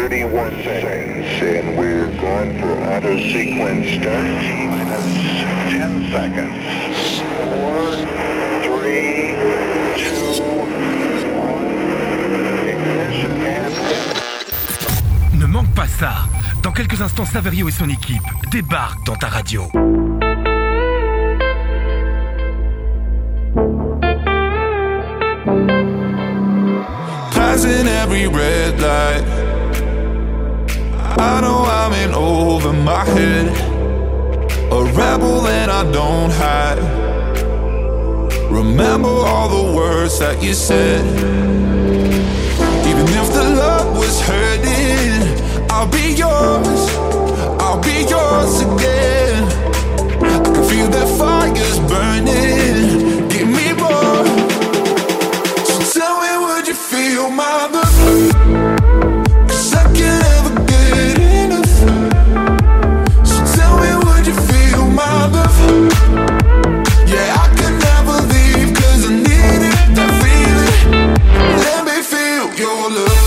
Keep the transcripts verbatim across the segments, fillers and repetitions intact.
thirty-one seconds, and we're going for auto sequence start. Minus ten seconds. Four, three, two, one. Ignition and... Ne manque pas ça. Dans quelques instants, Saverio et son équipe débarquent dans ta radio. Passing every red light, I know I'm in over my head, a rebel and I don't hide. Remember all the words that you said. Even if the love was hurting, I'll be yours, I'll be yours again. I can feel that fire's burning, give me more. So tell me, would you feel my love? Cause I can't ever get enough. So tell me, would you feel my love? Yeah, I can never leave, cause I need it, that feeling. Let me feel your love.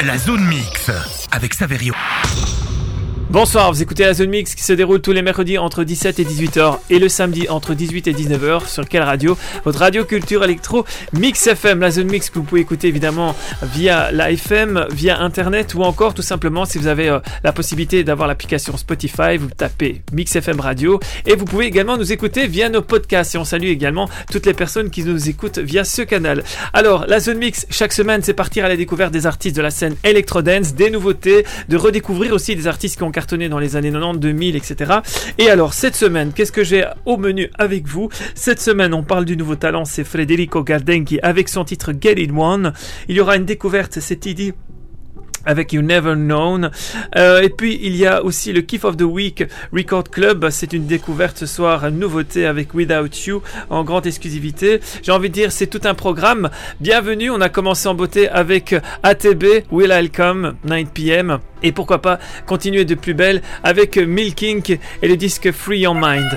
La zone mix avec Saverio. Bonsoir, vous écoutez la Zone Mix qui se déroule tous les mercredis entre dix-sept et dix-huit heures et le samedi entre dix-huit et dix-neuf heures. Sur quelle radio? Votre radio culture électro Mix F M. La Zone Mix que vous pouvez écouter évidemment via la F M, via internet ou encore tout simplement si vous avez euh, la possibilité d'avoir l'application Spotify, vous tapez Mix F M Radio et vous pouvez également nous écouter via nos podcasts et on salue également toutes les personnes qui nous écoutent via ce canal. Alors la Zone Mix chaque semaine c'est partir à la découverte des artistes de la scène électro-dance, des nouveautés, de redécouvrir aussi des artistes qui ont cartonné dans les années quatre-vingt-dix, deux mille, et cetera. Et alors, cette semaine, qu'est-ce que j'ai au menu avec vous? Cette semaine, on parle du nouveau talent, c'est Federico Gardenki avec son titre Get It One. Il y aura une découverte, c'est T D avec You Never Known. Euh, et puis, il y a aussi le Kiff of the Week Record Club. C'est une découverte ce soir, une nouveauté avec Without You en grande exclusivité. J'ai envie de dire, c'est tout un programme. Bienvenue, on a commencé en beauté avec A T B, Will I Come, neuf p m. Et pourquoi pas continuer de plus belle avec Milk Inc et le disque Free Your Mind.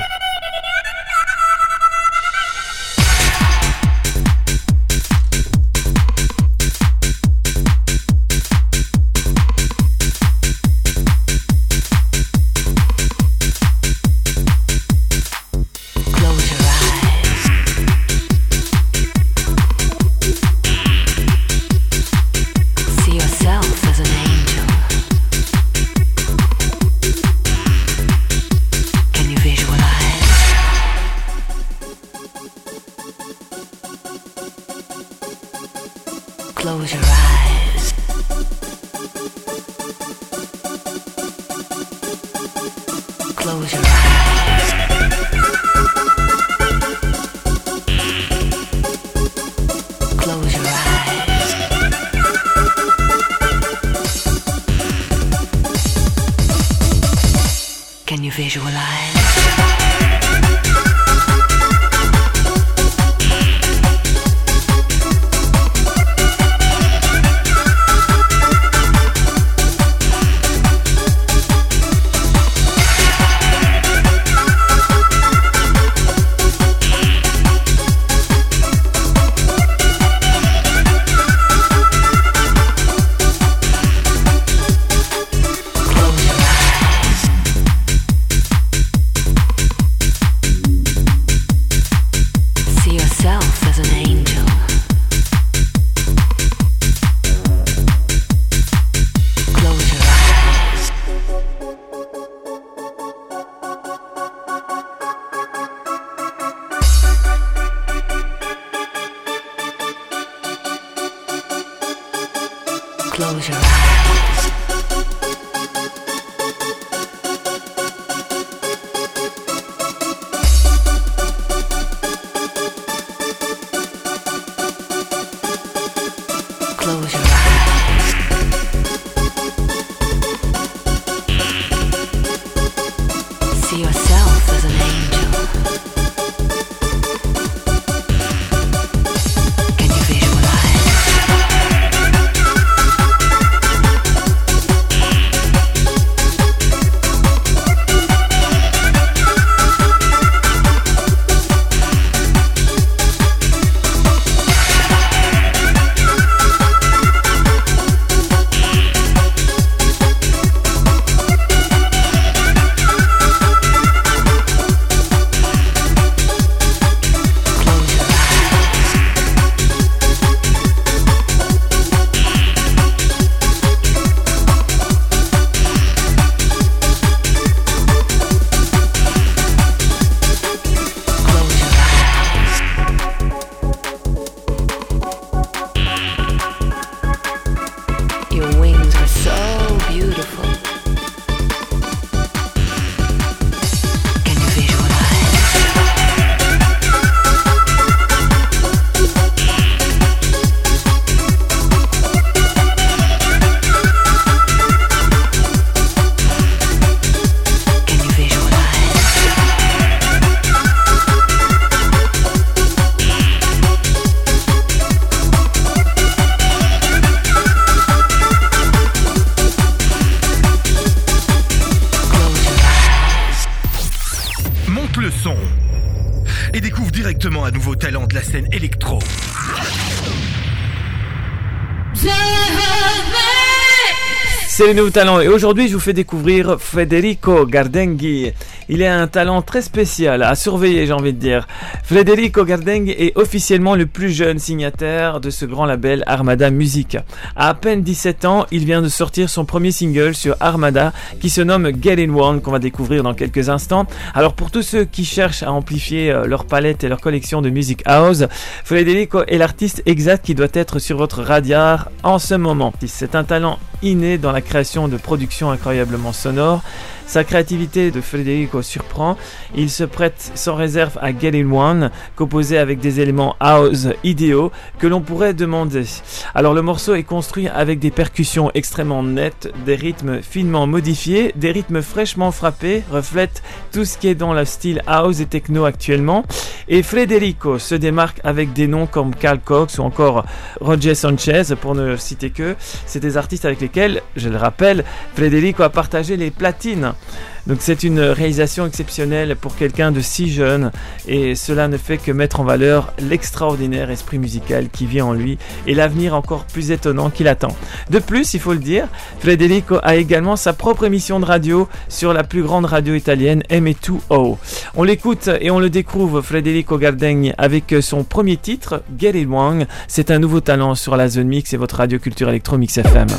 Close your eyes. Close your eyes. Close your eyes. Can you visualize? Close your eyes. Close your eyes. See yourself as an angel. Can you visualize? Et découvre directement un nouveau talent de la scène électro. Just C'est le nouveau talent et aujourd'hui je vous fais découvrir Federico Gardenghi. Il est un talent très spécial à surveiller, j'ai envie de dire. Federico Gardenghi est officiellement le plus jeune signataire de ce grand label Armada Music. À à peine dix-sept ans, il vient de sortir son premier single sur Armada qui se nomme Get In One, qu'on va découvrir dans quelques instants. Alors pour tous ceux qui cherchent à amplifier leur palette et leur collection de music house, Federico est l'artiste exact qui doit être sur votre radar en ce moment. C'est un talent inné dans la création de productions incroyablement sonores. Sa créativité de Federico surprend. Il se prête sans réserve à Get In One, composé avec des éléments house idéaux que l'on pourrait demander. Alors le morceau est construit avec des percussions extrêmement nettes, des rythmes finement modifiés, des rythmes fraîchement frappés, reflètent tout ce qui est dans le style house et techno actuellement. Et Federico se démarque avec des noms comme Carl Cox ou encore Roger Sanchez, pour ne citer que. C'est des artistes avec lesquels, je le rappelle, Federico a partagé les platines. Donc c'est une réalisation exceptionnelle pour quelqu'un de si jeune et cela ne fait que mettre en valeur l'extraordinaire esprit musical qui vit en lui et l'avenir encore plus étonnant qui l'attend. De plus, il faut le dire, Federico a également sa propre émission de radio sur la plus grande radio italienne M deux O. On l'écoute et on le découvre, Federico Gardenghi, avec son premier titre, Get It One. C'est un nouveau talent sur la Zone Mix et votre radio culture électro Mix F M.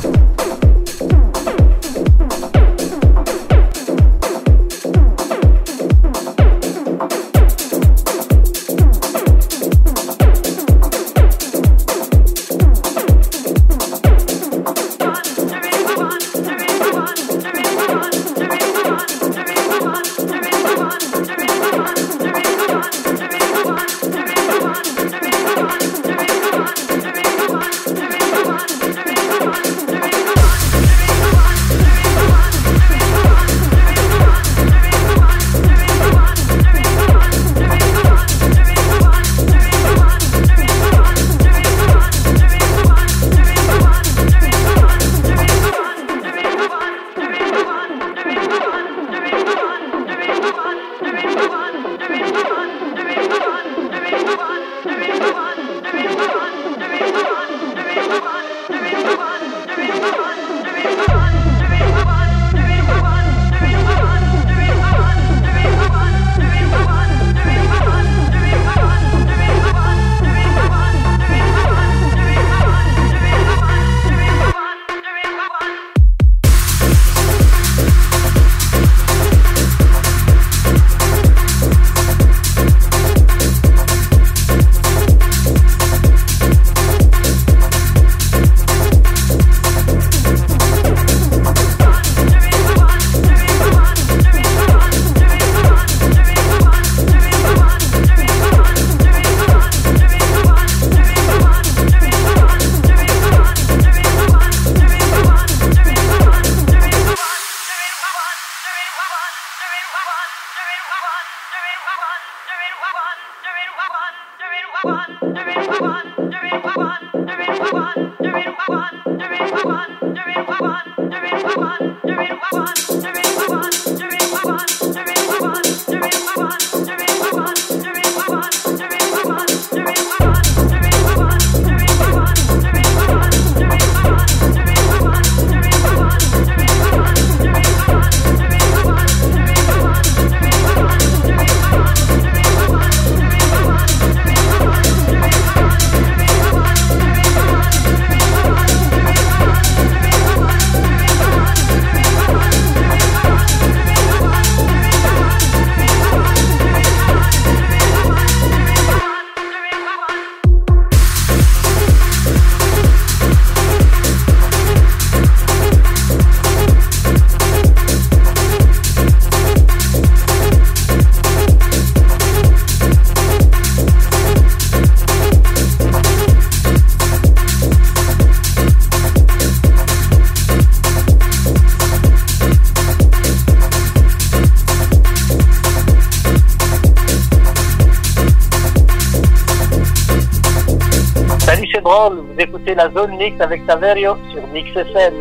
Vous écoutez la Zone Mix avec Saverio sur Mix F M.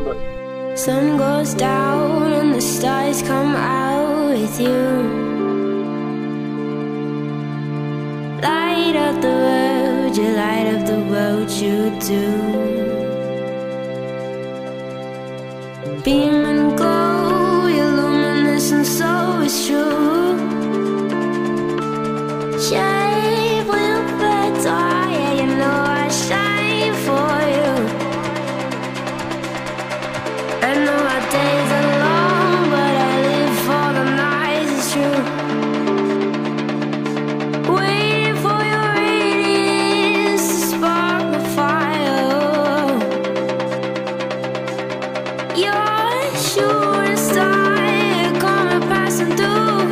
Sun goes down and the stars come out with you. Light up the world, you light up the world, you do. beam and glow, you're luminous and so is true. Shape will better, yeah, you know I shine for you. I know our days are long, but I live for the night, it's true. Waiting for your radiance to spark the fire. You're a shooting star, you're coming passing through.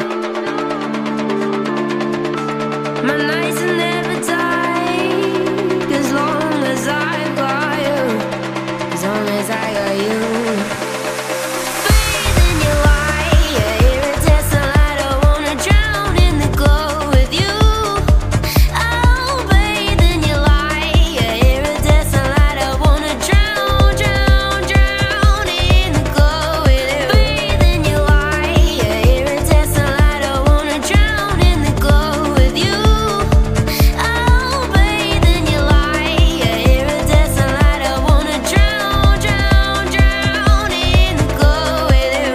My nights will never die, as long as I got you, as long as I got you. Bathe in your light, yeah, iridescent light, I wanna drown in the glow with you. I'll bathe in your light, yeah, iridescent light, I wanna drown, drown, drown in the glow with you. Bathe in your light, yeah, iridescent light, I wanna drown in the glow with you. I'll bathe in your light, yeah, iridescent light, I wanna drown, drown, drown in the glow with you.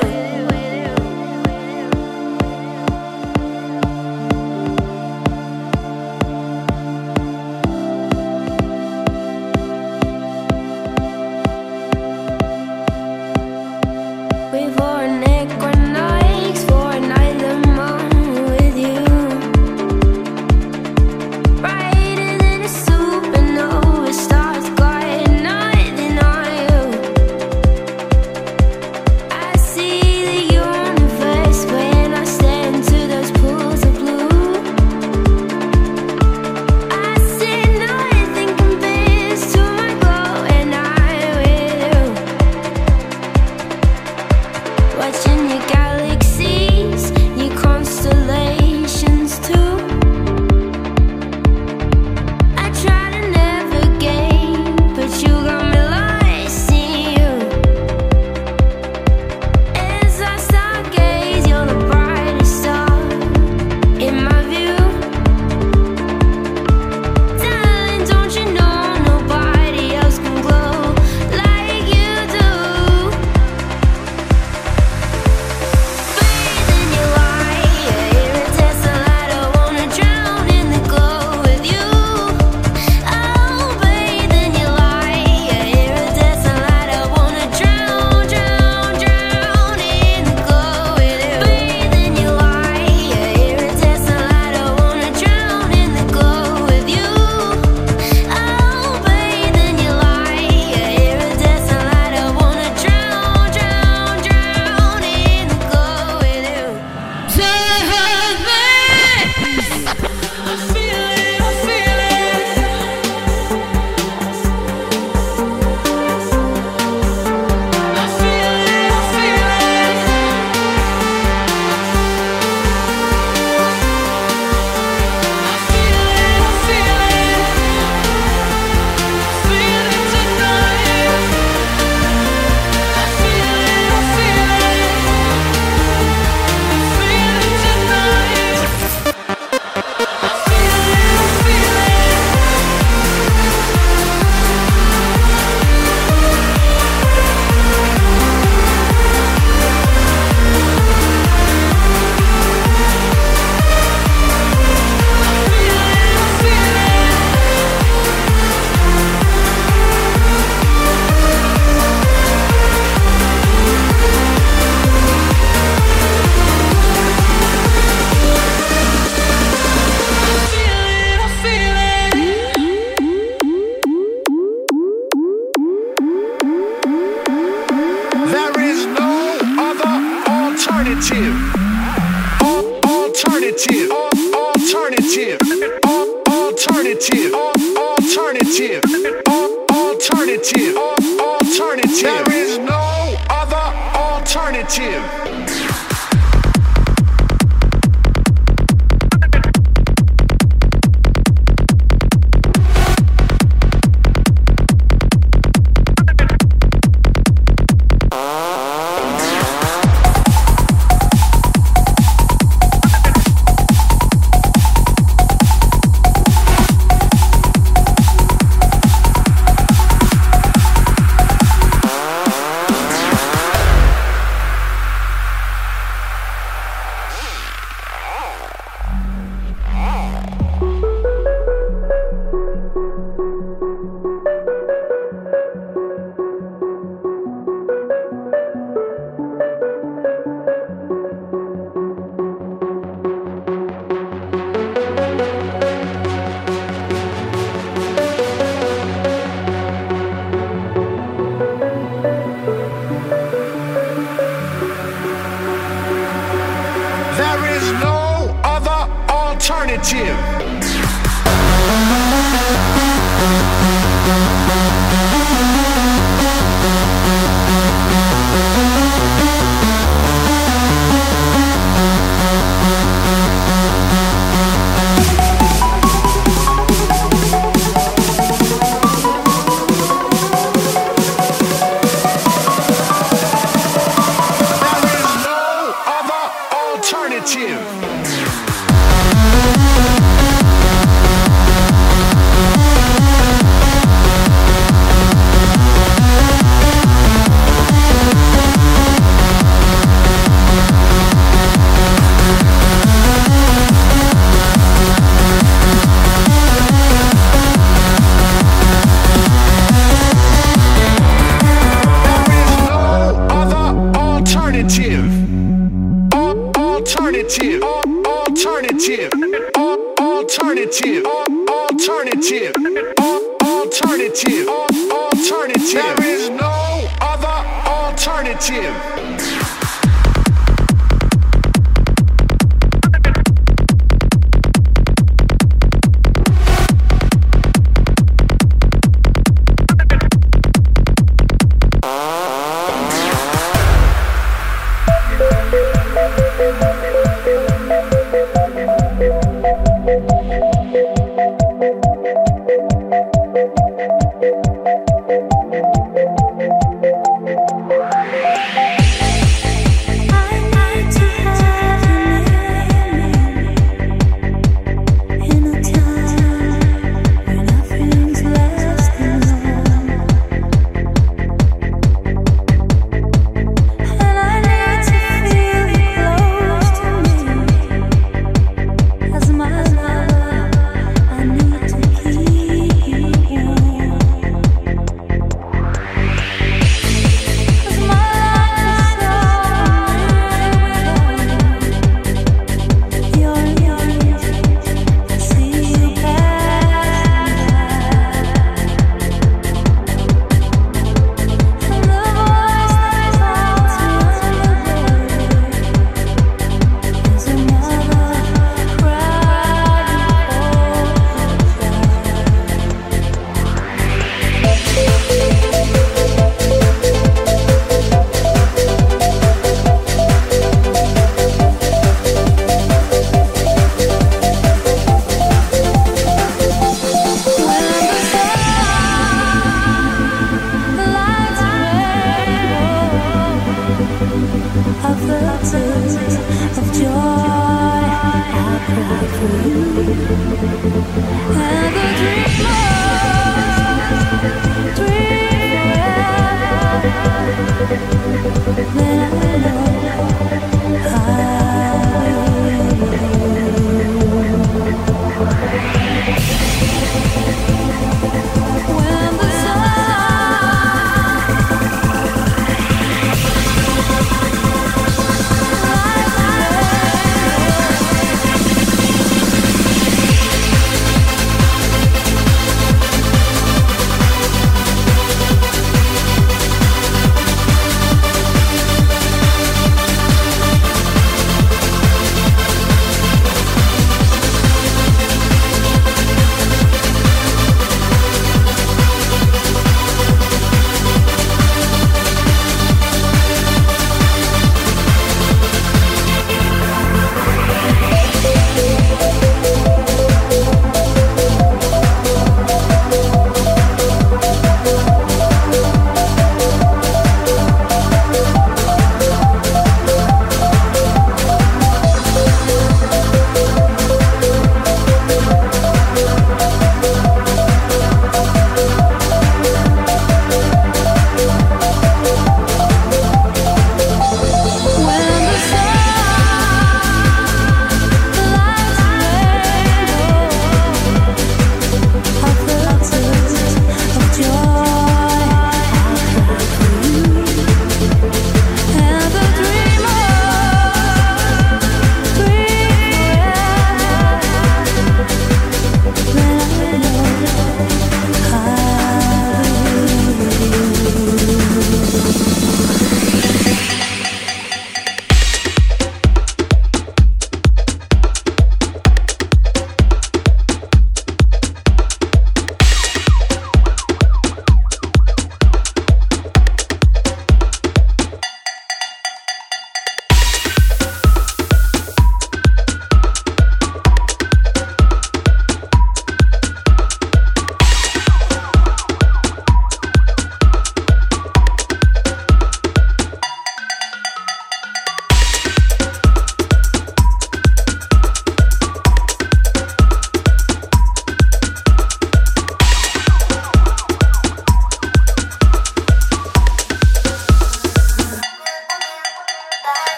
We for an equinox, for a night the moon with you. Brighter than a supernova, stars got nothing on you. I see the universe when I stare into those pools of blue. I see nothing compares to my glow, and I'm with you. Watching your galaxies, your constellations too. I try to navigate, but you got me lost in you. As I stargaze, you're the brightest star in my view. Darling, don't you know nobody else can glow like you do? Bathe in your light, yeah, iridescent light, I wanna drown in the glow with you. I'll bathe in your light, yeah, iridescent light, I wanna drown, drown, drown in the glow with you. Bathe in your light, yeah, iridescent light, I wanna drown in the glow with you. I'll bathe in your light, yeah, iridescent light, I wanna drown, drown, drown in the glow with you. I feel it, I feel it. I feel it, I feel it. I feel it, I feel it. Feel it tonight. I feel it, I feel it. Feel it tonight. I feel it, I feel it. There is no other alternative. Al- Alternative. Al- Alternative. Al- Alternative. Al- Alternative. Al- Alternative. Al- Alternative. There is no other alternative. alternative.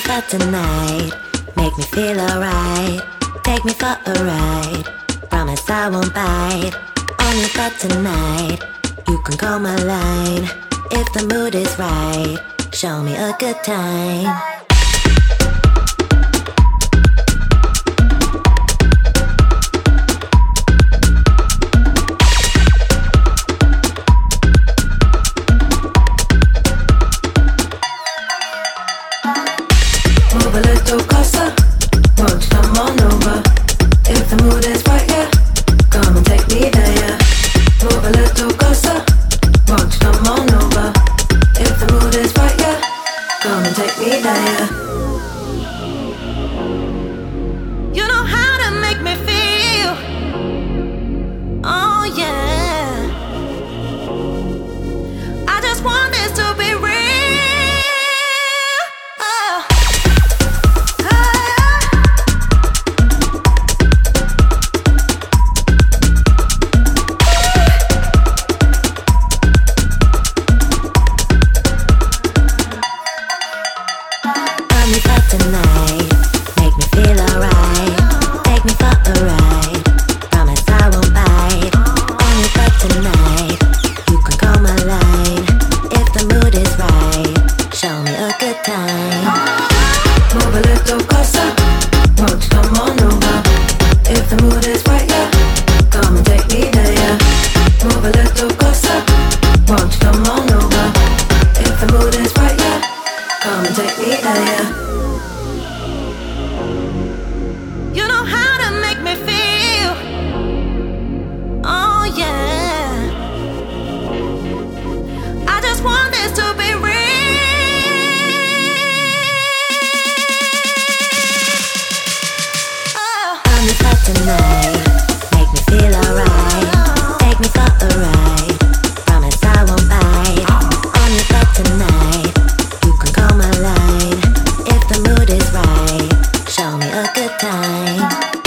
for tonight. Make me feel alright. Take me for a ride. Promise I won't bite. Only for tonight. You can call my line. If the mood is right, show me a good time. Move a little closer, won't you come on over? If the mood is right, yeah, come and take me there, yeah. Move a little closer, won't you come on over? If the mood is right, yeah, come and take me there, yeah. You know how to make me feel. Oh yeah. I just want this to be real. Oh. Love me for tonight. Make me feel alright. Take me for a ride. Promise I won't bite. Only for tonight. You can call my line. If the mood is right, show me a good time. Move a little closer, won't you come on over? If the mood is right, yeah, come and take me there, yeah. Move a little closer, won't you come on over? If the mood is right, yeah, come and take me there, yeah. You know how to make me feel. Oh yeah. I just want this to be real. Oh. Love me for tonight. Make me feel alright. Take me for a ride. Promise I won't bite. Only for tonight. You can call my line. If the mood is right, show me a good time.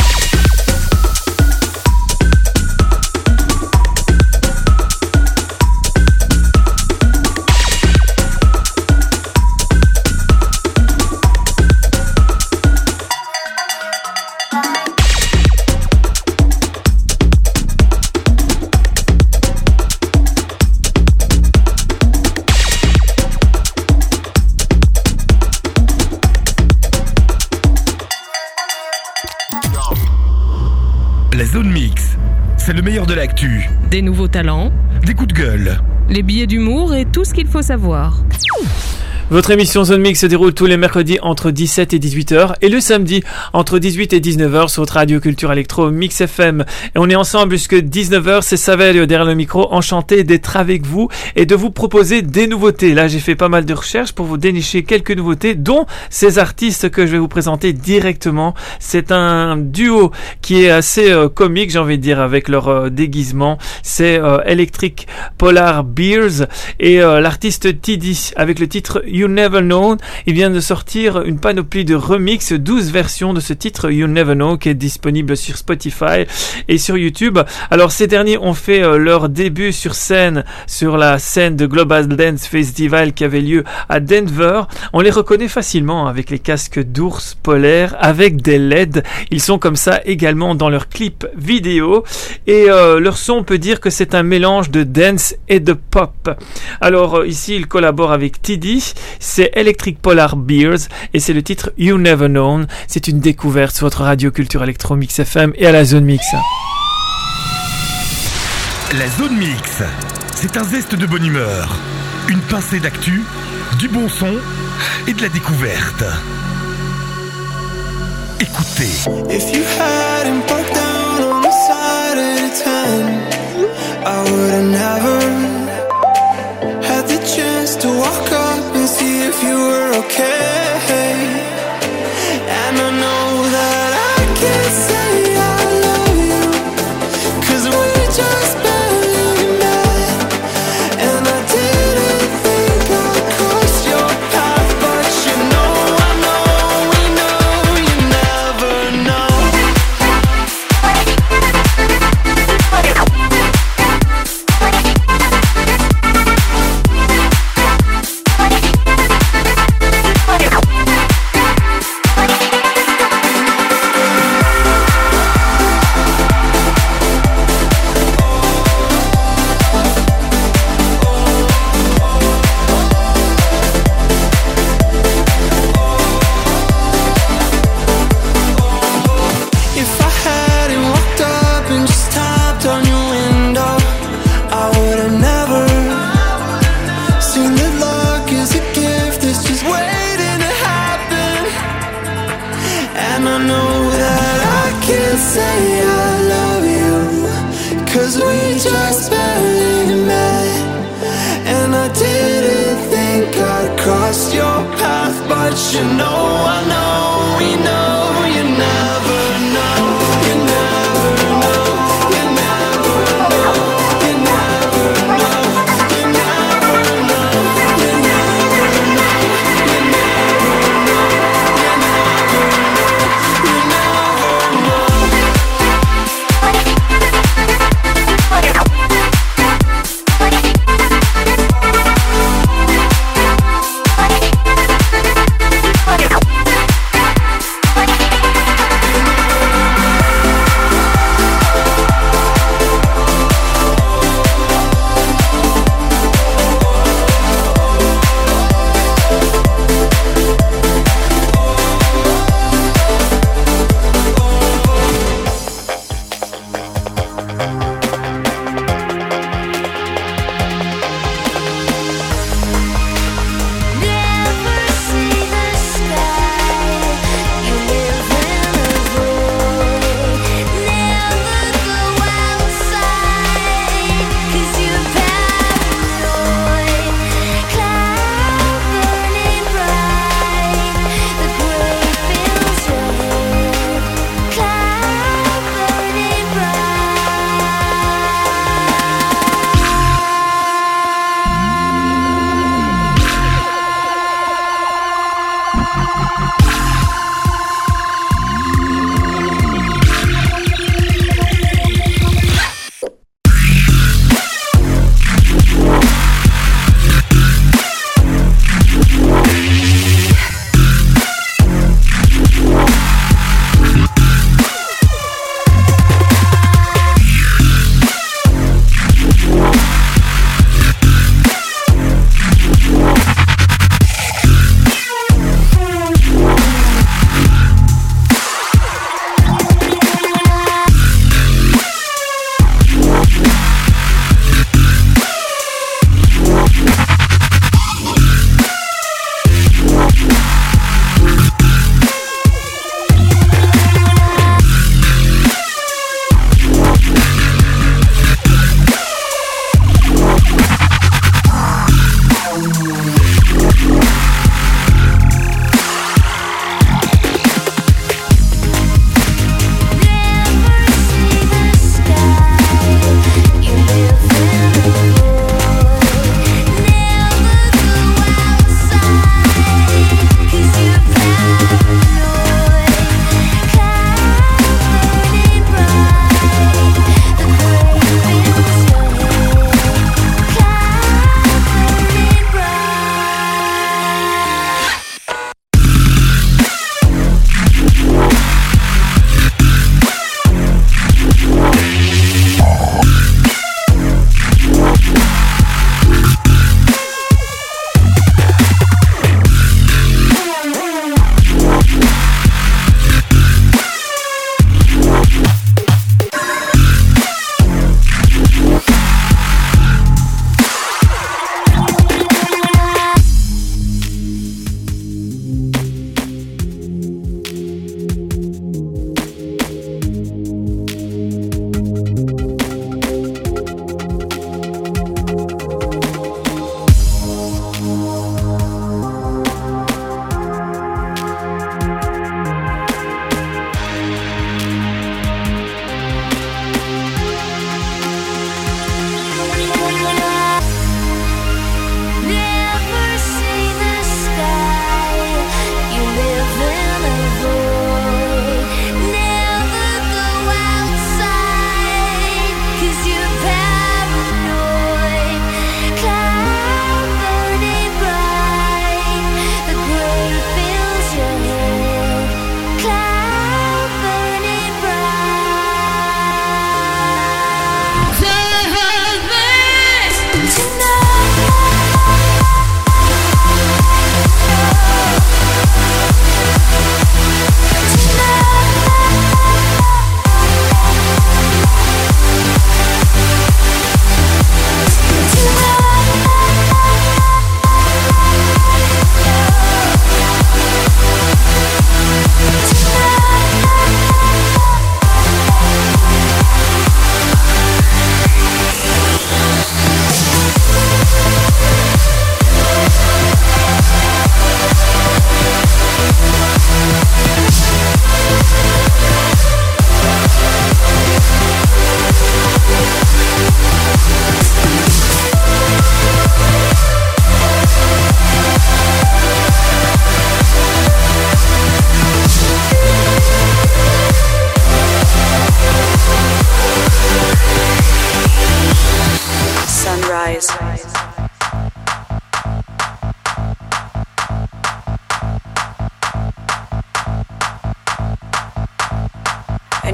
La Zone Mix, c'est le meilleur de l'actu, Des nouveaux talents, des coups de gueule. les billets d'humour et tout ce qu'il faut savoir. Votre émission Zone Mix se déroule tous les mercredis entre dix-sept et dix-huit heures et le samedi entre dix-huit et dix-neuf heures sur votre radio culture électro Mix F M. Et on est ensemble jusqu'à dix-neuf heures, c'est Saverio derrière le micro, enchanté d'être avec vous et de vous proposer des nouveautés. Là, j'ai fait pas mal de recherches pour vous dénicher quelques nouveautés, dont ces artistes que je vais vous présenter directement. C'est un duo qui est assez euh, comique, j'ai envie de dire, avec leur euh, déguisement. C'est euh, Electric Polar Bears et euh, l'artiste T D avec le titre You Never Know. Il vient de sortir une panoplie de remix, douze versions de ce titre You Never Know qui est disponible sur Spotify et sur YouTube. Alors ces derniers ont fait euh, leur début sur scène, sur la scène de Global Dance Festival qui avait lieu à Denver. On les reconnaît facilement avec les casques d'ours polaires avec des L E D. Ils sont comme ça également dans leurs clips vidéo et euh, leur son, on peut dire que c'est un mélange de dance et de pop. Alors euh, ici ils collaborent avec T D, c'est Electric Polar Bears et c'est le titre You Never Known. C'est une découverte sur votre radio culture électro Mix F M et à la Zone Mix. La Zone Mix, c'est un zeste de bonne humeur, une pincée d'actu, du bon son et de la découverte. Écoutez. If you hadn't broke down on the side of the ten, I would've never had the chance to walk up and see if you were okay. And I know that I can't say I love you, 'cause we just barely met. And I didn't think I'd cross your path, but you know, I know, we know, you never know. say I love you, 'cause we just barely met. And I didn't think I'd cross your path, but you know, I know, we know, you never know, you never know, you never know, you never know, you never know, you never know, you never know, you never know, you never know.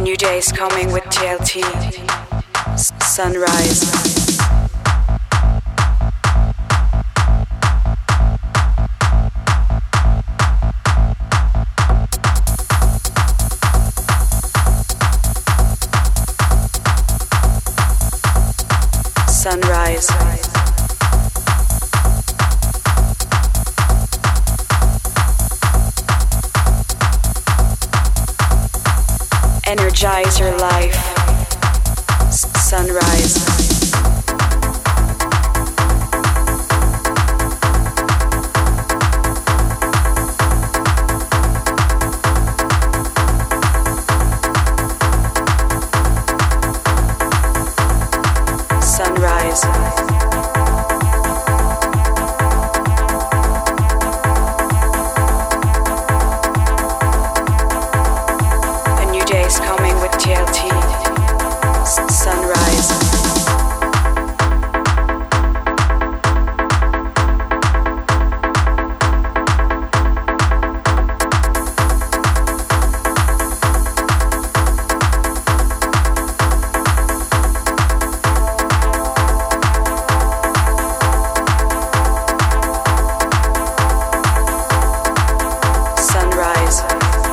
new day is coming with T L T. S- sunrise. Sunrise. Energize your life. S- sunrise. Sunrise. A new day is coming with T L T. S- sunrise. Sunrise.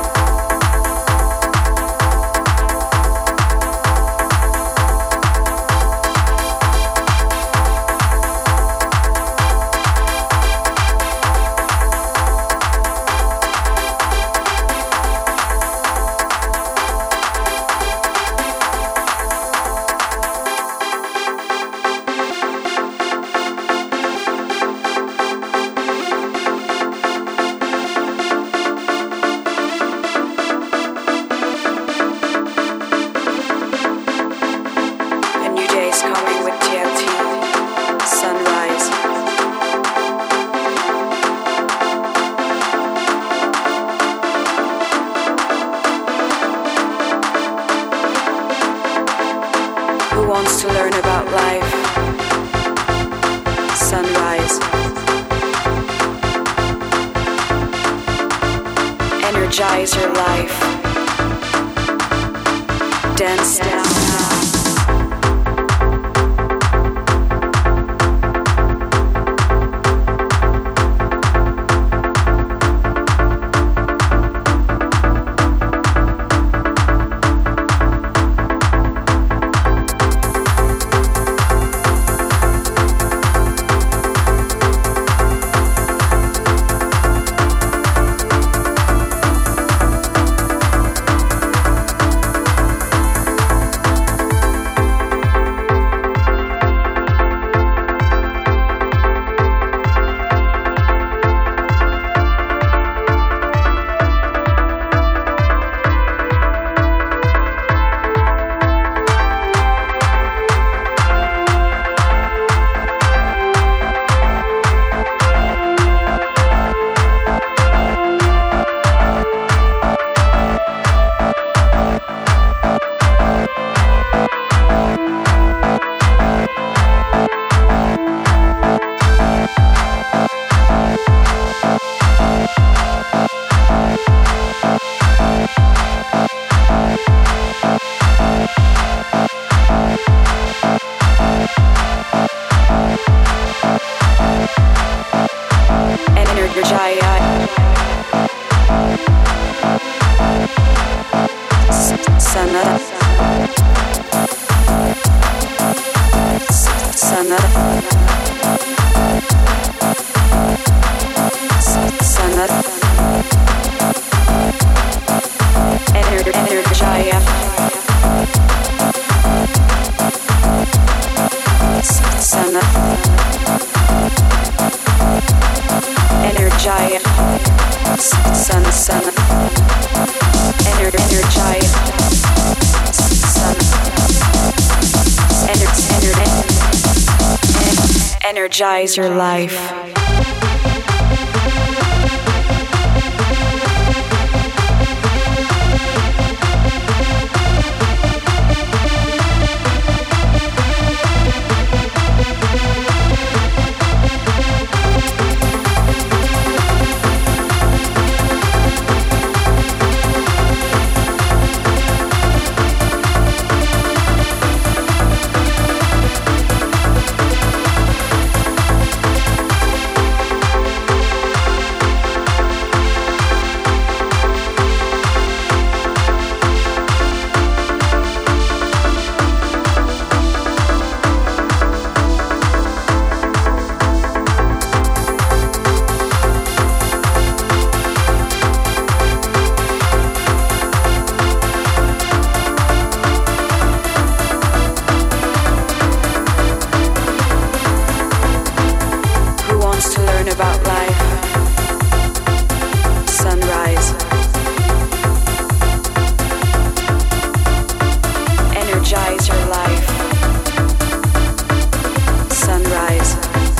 A new day is coming with T L T. Sunrise. Who wants to learn about life? Sunrise. Energize your life. Dance down. Energize your life. about life. Sunrise. Energize your life. Sunrise.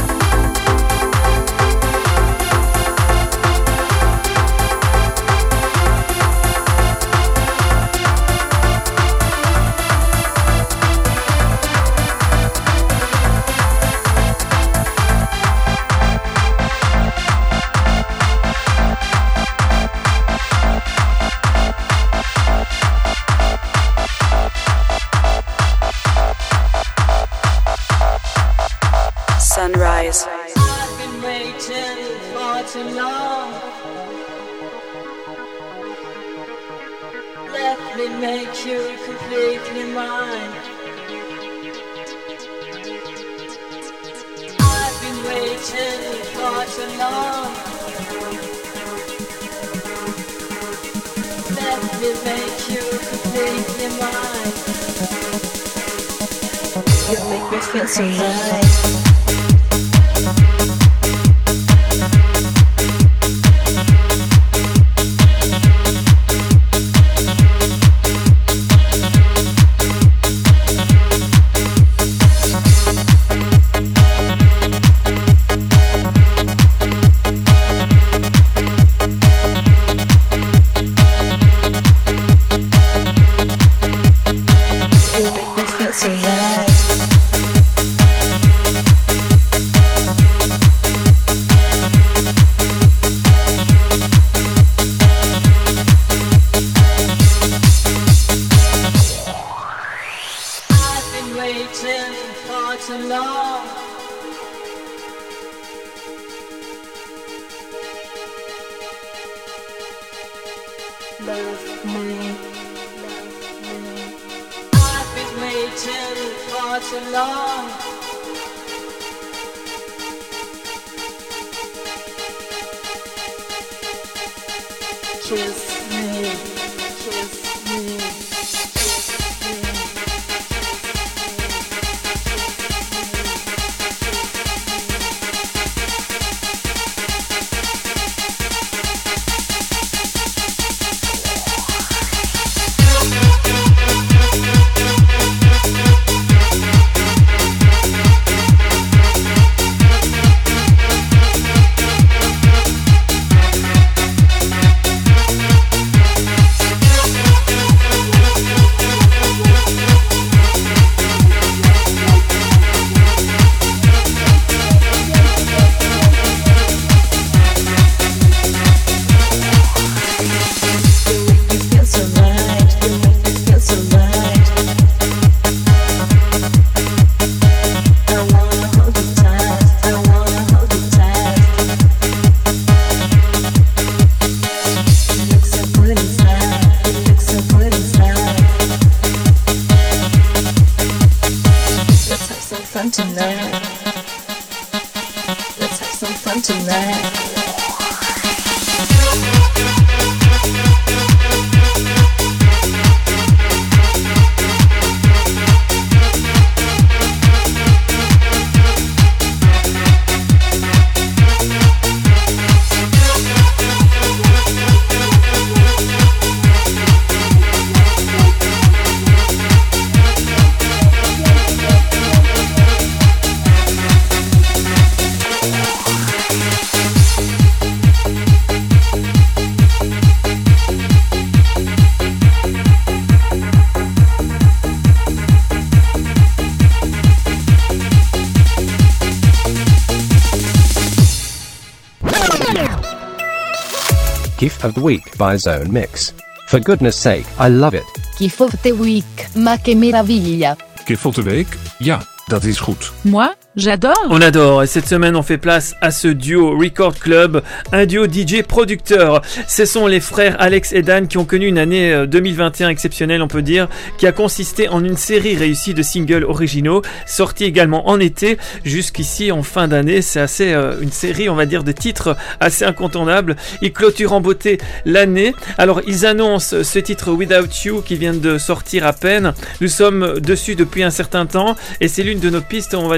Sunrise. I've been waiting for too long. Let me make you completely mine. I've been waiting for too long. Let me make you completely mine. You make me feel so right. Gift of the Week by Zone Mix. For goodness sake, I love it. Gift of the Week, ma che meraviglia. Gift of the Week, ja, dat is goed. Moi, j'adore. On adore, et cette semaine on fait place à ce duo Record Club, un duo D J producteur. Ce sont les frères Alex et Dan qui ont connu une année deux mille vingt et un exceptionnelle, on peut dire, qui a consisté en une série réussie de singles originaux, sortis également en été, jusqu'ici en fin d'année. C'est assez euh, une série, on va dire, de titres assez incontournables. Ils clôturent en beauté l'année. Alors ils annoncent ce titre Without You qui vient de sortir à peine. Nous sommes dessus depuis un certain temps et c'est l'une de nos pistes, on va dire, avec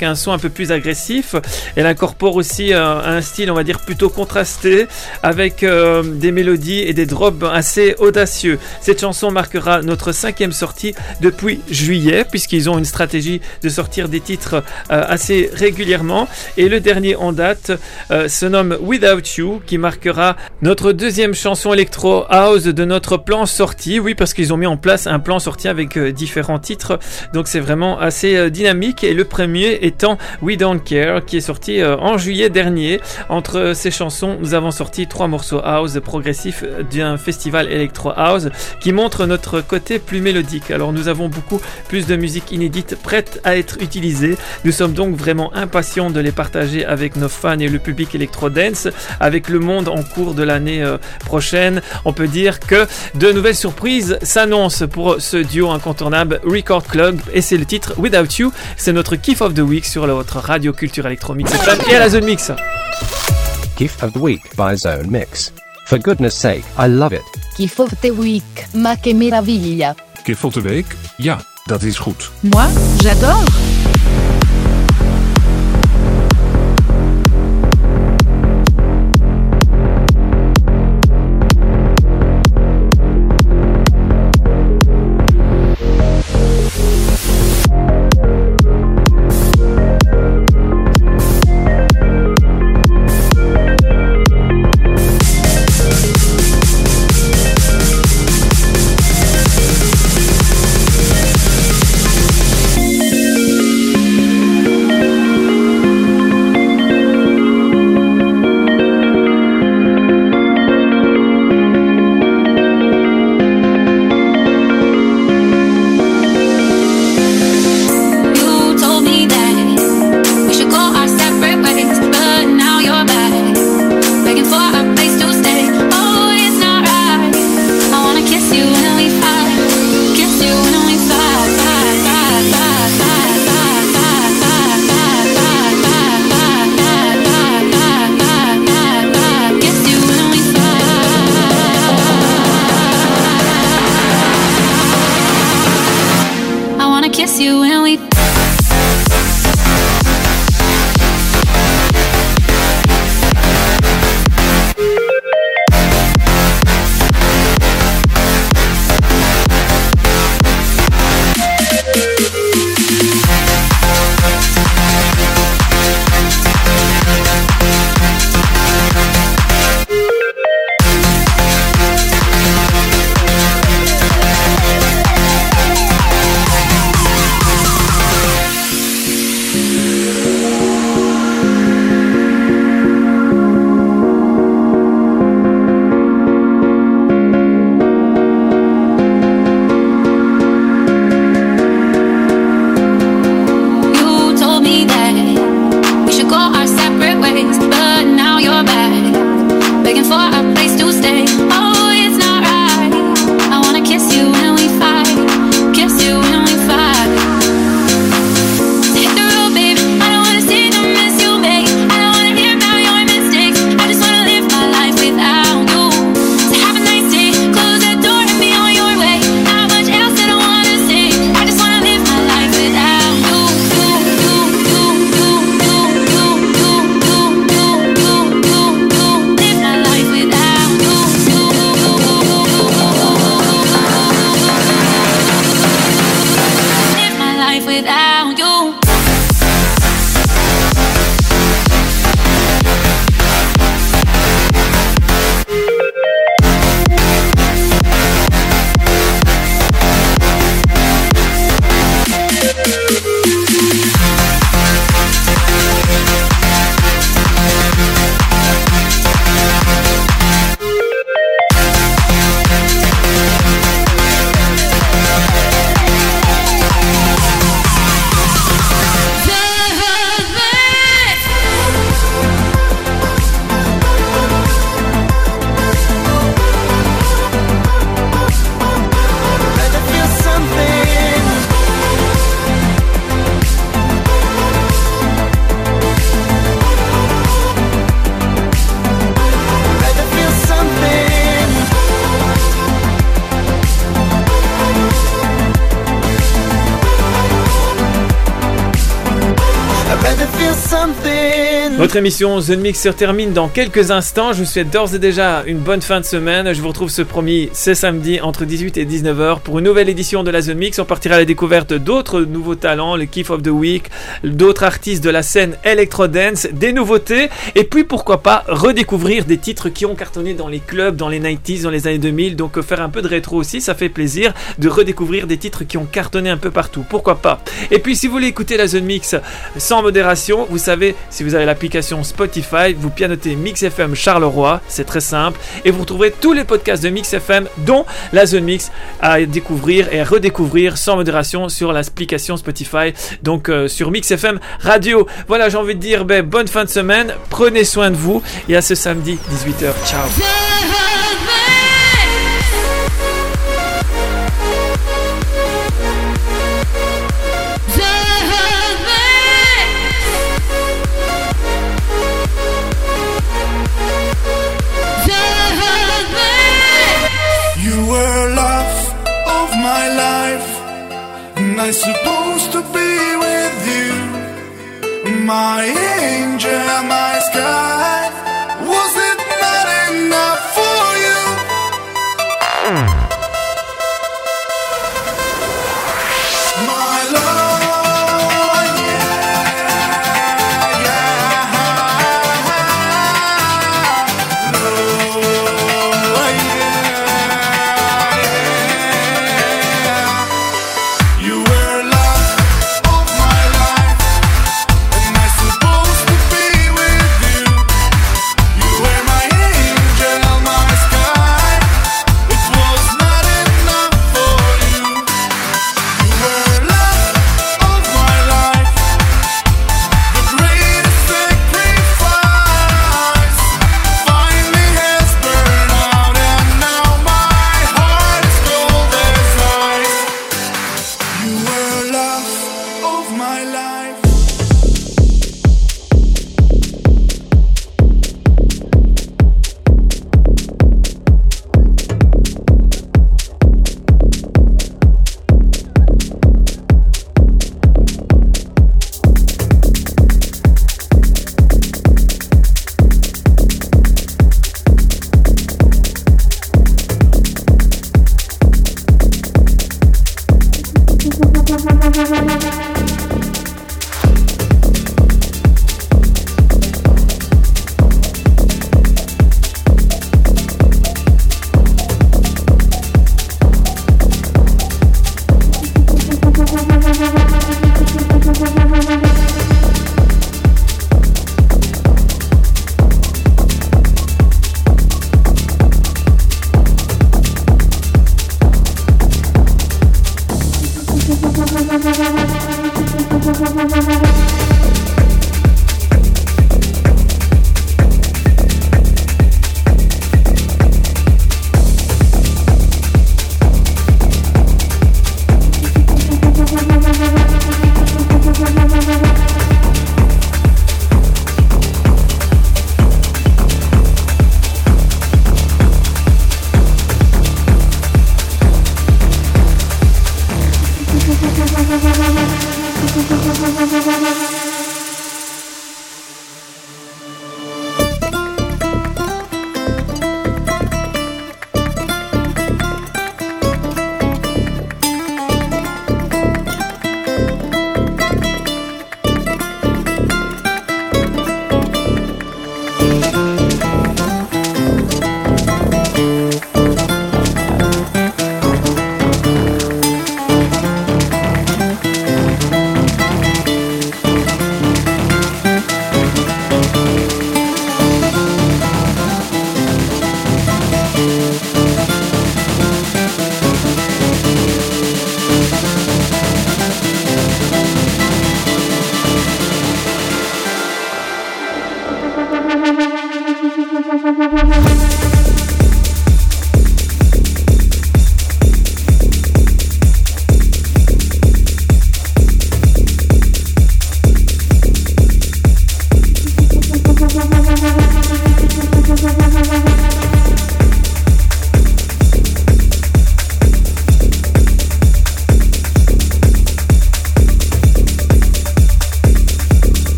avec un son un peu plus agressif. Elle incorpore aussi euh, un style, on va dire, plutôt contrasté, avec euh, des mélodies et des drops assez audacieux. Cette chanson marquera notre cinquième sortie depuis juillet, puisqu'ils ont une stratégie de sortir des titres euh, assez régulièrement. Et le dernier en date euh, se nomme Without You, qui marquera notre deuxième chanson électro house de notre plan sortie. Oui, parce qu'ils ont mis en place un plan sortie avec euh, différents titres, donc c'est vraiment assez euh, dynamique. Et le premier étant We Don't Care, qui est sorti euh, en juillet dernier. Entre euh, ces chansons, nous avons sorti trois morceaux house progressifs d'un festival electro house qui montre notre côté plus mélodique. Alors nous avons beaucoup plus de musique inédite prête à être utilisée. Nous sommes donc vraiment impatients de les partager avec nos fans et le public electro dance, avec le monde en cours de l'année euh, prochaine. On peut dire que de nouvelles surprises s'annoncent pour ce duo incontournable Record Club, et c'est le titre Without You. C'est notre Kiff of the Week sur votre radio culture électro Mix F M et à la Zone Mix. Kiff of the Week by Zone Mix. For goodness sake, I love it. Kiff of the week, ma che meraviglia. Kiff of the Week? Ja, dat is goed. Moi, j'adore. Votre émission The Mix se termine dans quelques instants. Je vous souhaite d'ores et déjà une bonne fin de semaine. Je vous retrouve ce promis ce samedi entre dix-huit et dix-neuf heures pour une nouvelle édition de la The Mix. On partira à la découverte d'autres nouveaux talents, le Kiff of the Week, d'autres artistes de la scène Electro Dance, des nouveautés et puis pourquoi pas redécouvrir des titres qui ont cartonné dans les clubs, dans les quatre-vingt-dix, dans les années deux mille. Donc faire un peu de rétro aussi, ça fait plaisir de redécouvrir des titres qui ont cartonné un peu partout. Pourquoi pas. Et puis si vous voulez écouter la The Mix sans modération, vous savez, si vous avez l'application Spotify, vous pianotez Mix F M Charleroi, c'est très simple, et vous retrouverez tous les podcasts de Mix F M, dont la The Mix, à découvrir et à redécouvrir sans modération sur l'application Spotify, donc euh, sur Mix F M Radio. Voilà, j'ai envie de dire ben, bonne fin de semaine, prenez soin de vous, et à ce samedi dix-huit heures. Ciao. I'm supposed to be with you, my